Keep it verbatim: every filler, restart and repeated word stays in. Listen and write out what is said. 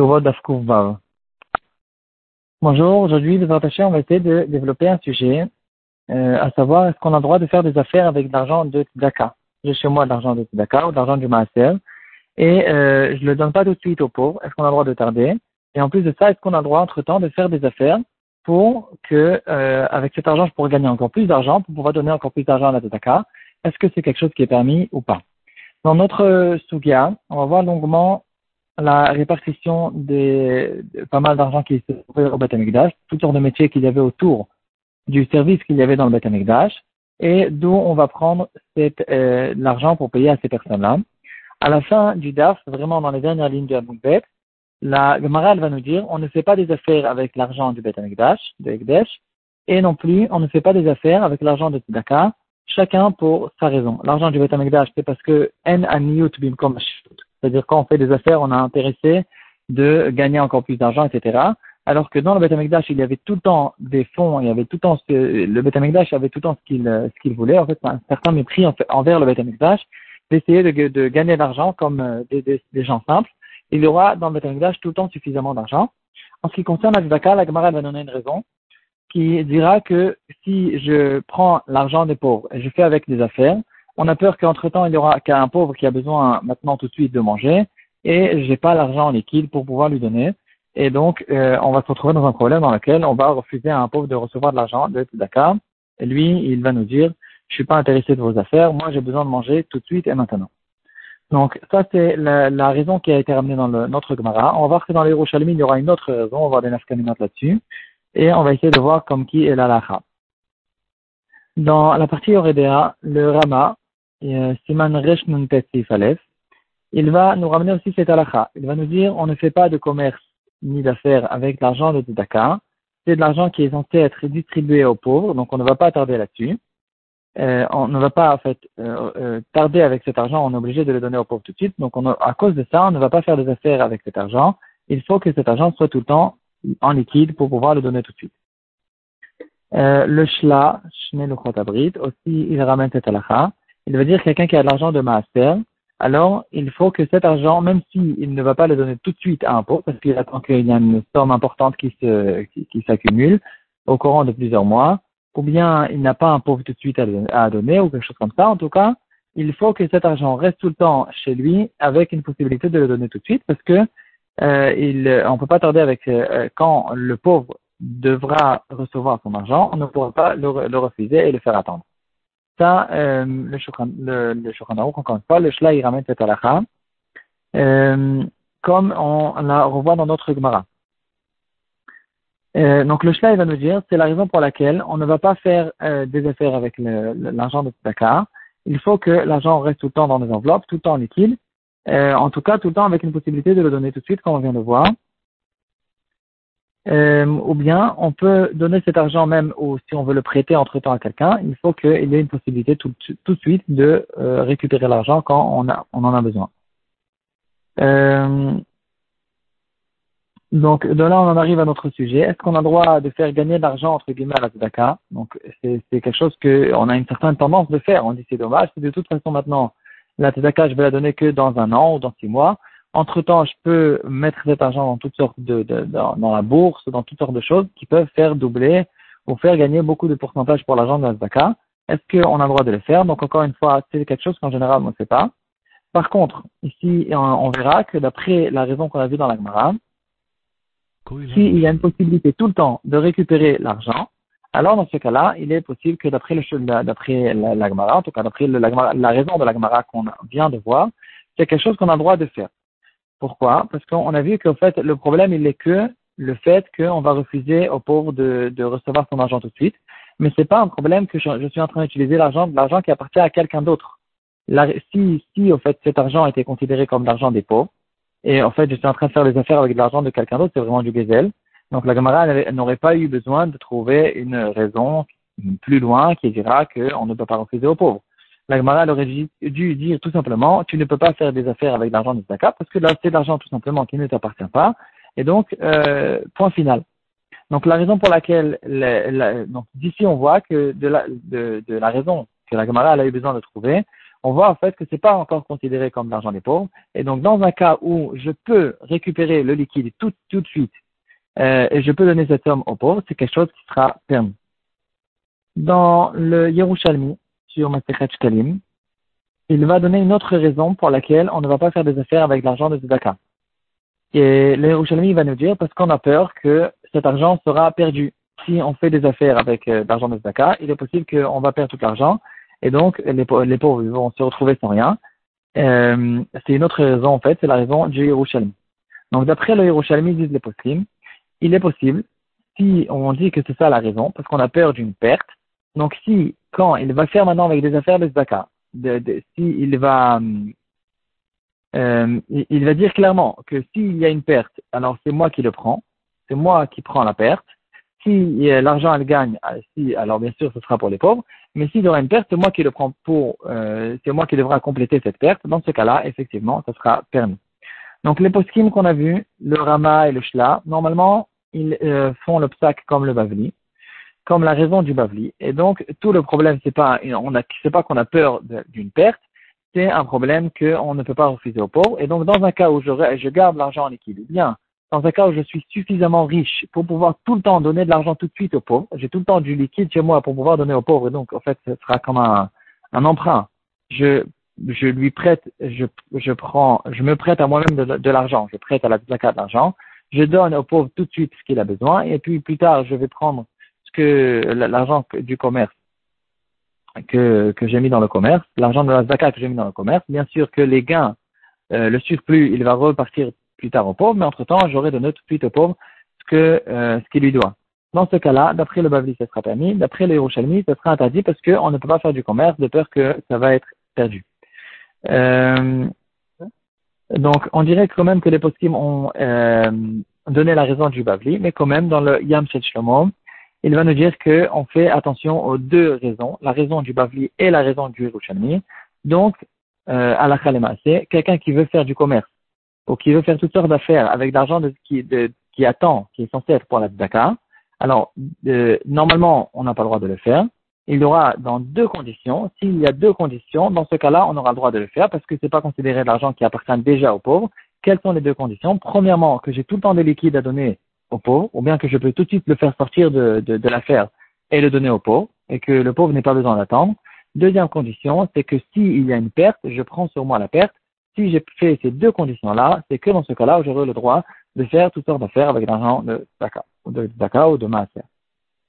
Surot Daf Kuf Vav. Bonjour, aujourd'hui, les attachés, on va essayer de développer un sujet, euh, à savoir, est-ce qu'on a le droit de faire des affaires avec de l'argent de Tzedaka? J'ai chez moi de l'argent de Tzedaka ou de l'argent du Maaser, et euh, je le donne pas tout de suite aux pauvres. Est-ce qu'on a le droit de tarder? Et en plus de ça, est-ce qu'on a le droit, entre-temps, de faire des affaires pour que, euh, avec cet argent, je pourrais gagner encore plus d'argent, pour pouvoir donner encore plus d'argent à la Tzedaka? Est-ce que c'est quelque chose qui est permis ou pas? Dans notre Sugia, on va voir longuement la répartition des, de pas mal d'argent qui se trouvait au Beth Amikdash, toutes sortes de métiers qu'il y avait autour du service qu'il y avait dans le Beth Amikdash, et d'où on va prendre cette, euh, l'argent pour payer à ces personnes-là. À la fin du D A F, vraiment dans les dernières lignes de Amoukbet, la Gemara va nous dire, on ne fait pas des affaires avec l'argent du Beth Amikdash, de Ekdesh, et non plus, on ne fait pas des affaires avec l'argent de Tzedaka, chacun pour sa raison. L'argent du Beth Amikdash, c'est parce que en aniyut bimkom hashut. C'est-à-dire quand on fait des affaires, on a intéressé de gagner encore plus d'argent, et cetera. Alors que dans le Beth Amikdash, il y avait tout le temps des fonds, il y avait tout le temps ce, le Beth Amikdash avait tout le temps ce qu'il ce qu'il voulait. En fait, un certain mépris envers le Beth Amikdash, d'essayer de, de gagner de l'argent comme des, des, des gens simples. Il y aura dans le Beth Amikdash tout le temps suffisamment d'argent. En ce qui concerne la Tzedaka, la Gemara va donner une raison qui dira que si je prends l'argent des pauvres et je fais avec des affaires, on a peur qu'entre-temps, il y aura qu'un pauvre qui a besoin maintenant tout de suite de manger et j'ai pas l'argent en liquide pour pouvoir lui donner. Et donc, euh, on va se retrouver dans un problème dans lequel on va refuser à un pauvre de recevoir de l'argent de Tzedaka. Et lui, il va nous dire, je suis pas intéressé de vos affaires, moi j'ai besoin de manger tout de suite et maintenant. Donc, ça c'est la, la raison qui a été ramenée dans le, notre Gemara. On va voir que dans les Yerushalmi, il y aura une autre raison, on va voir des nafkaminot là-dessus. Et on va essayer de voir comme qui est l'alacha. Dans la partie Yoredea, le Rama, euh, Siman Resh Nun Tet Sif Aleph, il va nous ramener aussi cet halakha. Il va nous dire, on ne fait pas de commerce ni d'affaires avec l'argent de Tzedaka. C'est de l'argent qui est censé être distribué aux pauvres, donc on ne va pas tarder là-dessus. Euh, on ne va pas, en fait, euh, euh, tarder avec cet argent, on est obligé de le donner aux pauvres tout de suite. Donc on a, à cause de ça, on ne va pas faire des affaires avec cet argent. Il faut que cet argent soit tout le temps en liquide pour pouvoir le donner tout de suite. Euh, le shla, shne luchot abrit, aussi il ramène cette halakha. Il veut dire quelqu'un qui a de l'argent de maaser, alors il faut que cet argent, même s'il ne va pas le donner tout de suite à un pauvre, parce qu'il attend qu'il y a une somme importante qui se, qui, qui s'accumule au courant de plusieurs mois, ou bien il n'a pas un pauvre tout de suite à, à donner, ou quelque chose comme ça, en tout cas, il faut que cet argent reste tout le temps chez lui avec une possibilité de le donner tout de suite, parce que euh, il, on ne peut pas tarder avec, euh, quand le pauvre devra recevoir son argent, on ne pourra pas le, le refuser et le faire attendre. Ça, euh, le Shulchan le, le Shulchan Aruch, encore une fois, le Shla, il ramène cette halakha, euh, comme on, on la revoit dans notre Gemara. Euh, donc le Shla, il va nous dire, c'est la raison pour laquelle on ne va pas faire euh, des affaires avec le, le, l'argent de Tzedaka. Il faut que l'argent reste tout le temps dans des enveloppes, tout le temps en liquide, euh, en tout cas tout le temps avec une possibilité de le donner tout de suite, comme on vient de voir. Euh, ou bien on peut donner cet argent même, ou si on veut le prêter entre-temps à quelqu'un, il faut qu'il y ait une possibilité tout, tout de suite de euh, récupérer l'argent quand on, a, on en a besoin. Euh, donc de là on en arrive à notre sujet. Est-ce qu'on a le droit de faire gagner de l'argent entre guillemets à la Tzedaka? Donc c'est, c'est quelque chose qu'on a une certaine tendance de faire. On dit c'est dommage, c'est de toute façon maintenant la Tzedaka je vais la donner que dans un an ou dans six mois. Entre-temps, je peux mettre cet argent dans toutes sortes de, de, de dans, dans la bourse, dans toutes sortes de choses qui peuvent faire doubler ou faire gagner beaucoup de pourcentage pour l'argent de la Tzedaka. Est-ce qu'on a le droit de le faire? Donc encore une fois, c'est quelque chose qu'en général on ne sait pas. Par contre, ici, on, on verra que d'après la raison qu'on a vue dans la Gemara, s'il y a une possibilité tout le temps de récupérer l'argent, alors dans ce cas-là, il est possible que d'après le d'après la, la Gemara, en tout cas d'après le, la, la raison de la Gemara qu'on vient de voir, c'est quelque chose qu'on a le droit de faire. Pourquoi? Parce qu'on a vu qu'en fait, le problème, il est que le fait qu'on va refuser aux pauvres de, de recevoir son argent tout de suite. Mais c'est pas un problème que je, je suis en train d'utiliser l'argent, l'argent qui appartient à quelqu'un d'autre. La, si, si, au fait, cet argent était considéré comme l'argent des pauvres, et en fait, je suis en train de faire des affaires avec de l'argent de quelqu'un d'autre, c'est vraiment du gazelle. Donc, la Gemara n'aurait pas eu besoin de trouver une raison plus loin qui dira qu'on ne peut pas refuser aux pauvres. La Gemara aurait dû dire tout simplement, tu ne peux pas faire des affaires avec l'argent de Tzedaka parce que là, c'est de l'argent tout simplement qui ne t'appartient pas. Et donc, euh, point final. Donc, la raison pour laquelle, la, la, donc d'ici, on voit que de la, de, de la raison que la Gemara a eu besoin de trouver, on voit en fait que c'est pas encore considéré comme de l'argent des pauvres. Et donc, dans un cas où je peux récupérer le liquide tout, tout de suite, euh, et je peux donner cette somme aux pauvres, c'est quelque chose qui sera permis. Dans le Yerushalmi, sur Masechet Shkalim, il va donner une autre raison pour laquelle on ne va pas faire des affaires avec l'argent de Tzedaka. Et le Yerushalmi va nous dire parce qu'on a peur que cet argent sera perdu. Si on fait des affaires avec euh, l'argent de Tzedaka, il est possible qu'on va perdre tout l'argent et donc les, les pauvres vont se retrouver sans rien. Euh, c'est une autre raison en fait, c'est la raison du Yerushalmi. Donc d'après le Yerushalmi, disent les poskim, il est possible, si on dit que c'est ça la raison, parce qu'on a peur d'une perte, donc si, quand il va faire maintenant avec des affaires de Tzedaka, de, de, si il va, euh, il, il va dire clairement que s'il y a une perte, alors c'est moi qui le prends, c'est moi qui prends la perte. Si euh, l'argent elle gagne, si, alors bien sûr ce sera pour les pauvres, mais s'il y aura une perte, c'est moi qui le prends pour, euh, c'est moi qui devra compléter cette perte. Dans ce cas-là, effectivement, ça sera permis. Donc les poskim qu'on a vus, le Rama et le Shla, normalement ils euh, font le psak comme le Bavli, comme la raison du Bavli. Et donc tout le problème, c'est pas, on a, c'est pas qu'on a peur de, d'une perte, c'est un problème qu'on ne peut pas refuser aux pauvres. Et donc dans un cas où je, je garde l'argent en liquide, bien, dans un cas où je suis suffisamment riche pour pouvoir tout le temps donner de l'argent tout de suite aux pauvres, j'ai tout le temps du liquide chez moi pour pouvoir donner aux pauvres, et donc en fait ce sera comme un, un emprunt. Je je lui prête, je, je prends, je me prête à moi-même de, de l'argent, je prête à la tzedaka de l'argent, je donne au pauvre tout de suite ce qu'il a besoin, et puis plus tard, je vais prendre ce que, l'argent du commerce que, que j'ai mis dans le commerce, l'argent de la tzedaka que j'ai mis dans le commerce, bien sûr que les gains, euh, le surplus, il va repartir plus tard au pauvre, mais entre-temps, j'aurai donné tout de suite au pauvre ce que, euh, ce qu'il lui doit. Dans ce cas-là, d'après le Bavli, ça sera permis, d'après le Yerushalmi, ça sera interdit parce qu'on ne peut pas faire du commerce de peur que ça va être perdu. Euh, donc, on dirait quand même que les poskim ont euh, donné la raison du Bavli, mais quand même, dans le Yam Shel Shlomo, il va nous dire qu'on fait attention aux deux raisons, la raison du Bavli et la raison du Yerushalmi. Donc, euh, à la Khalema, c'est quelqu'un qui veut faire du commerce ou qui veut faire toutes sortes d'affaires avec de l'argent de, qui, de, qui attend, qui est censé être pour la tzedaka. Alors, euh, normalement, on n'a pas le droit de le faire. Il aura dans deux conditions. S'il y a deux conditions, dans ce cas-là, on aura le droit de le faire parce que c'est pas considéré de l'argent qui appartient déjà aux pauvres. Quelles sont les deux conditions? Premièrement, que j'ai tout le temps des liquides à donner aux pauvres, ou bien que je peux tout de suite le faire sortir de, de, de l'affaire et le donner aux pauvres, et que le pauvre n'ait pas besoin d'attendre. Deuxième condition, c'est que s'il y a une perte, je prends sur moi la perte. Si j'ai fait ces deux conditions-là, c'est que dans ce cas-là, j'aurai le droit de faire toutes sortes d'affaires avec l'argent de Tzedaka, ou de Tzedaka ou de Maaser.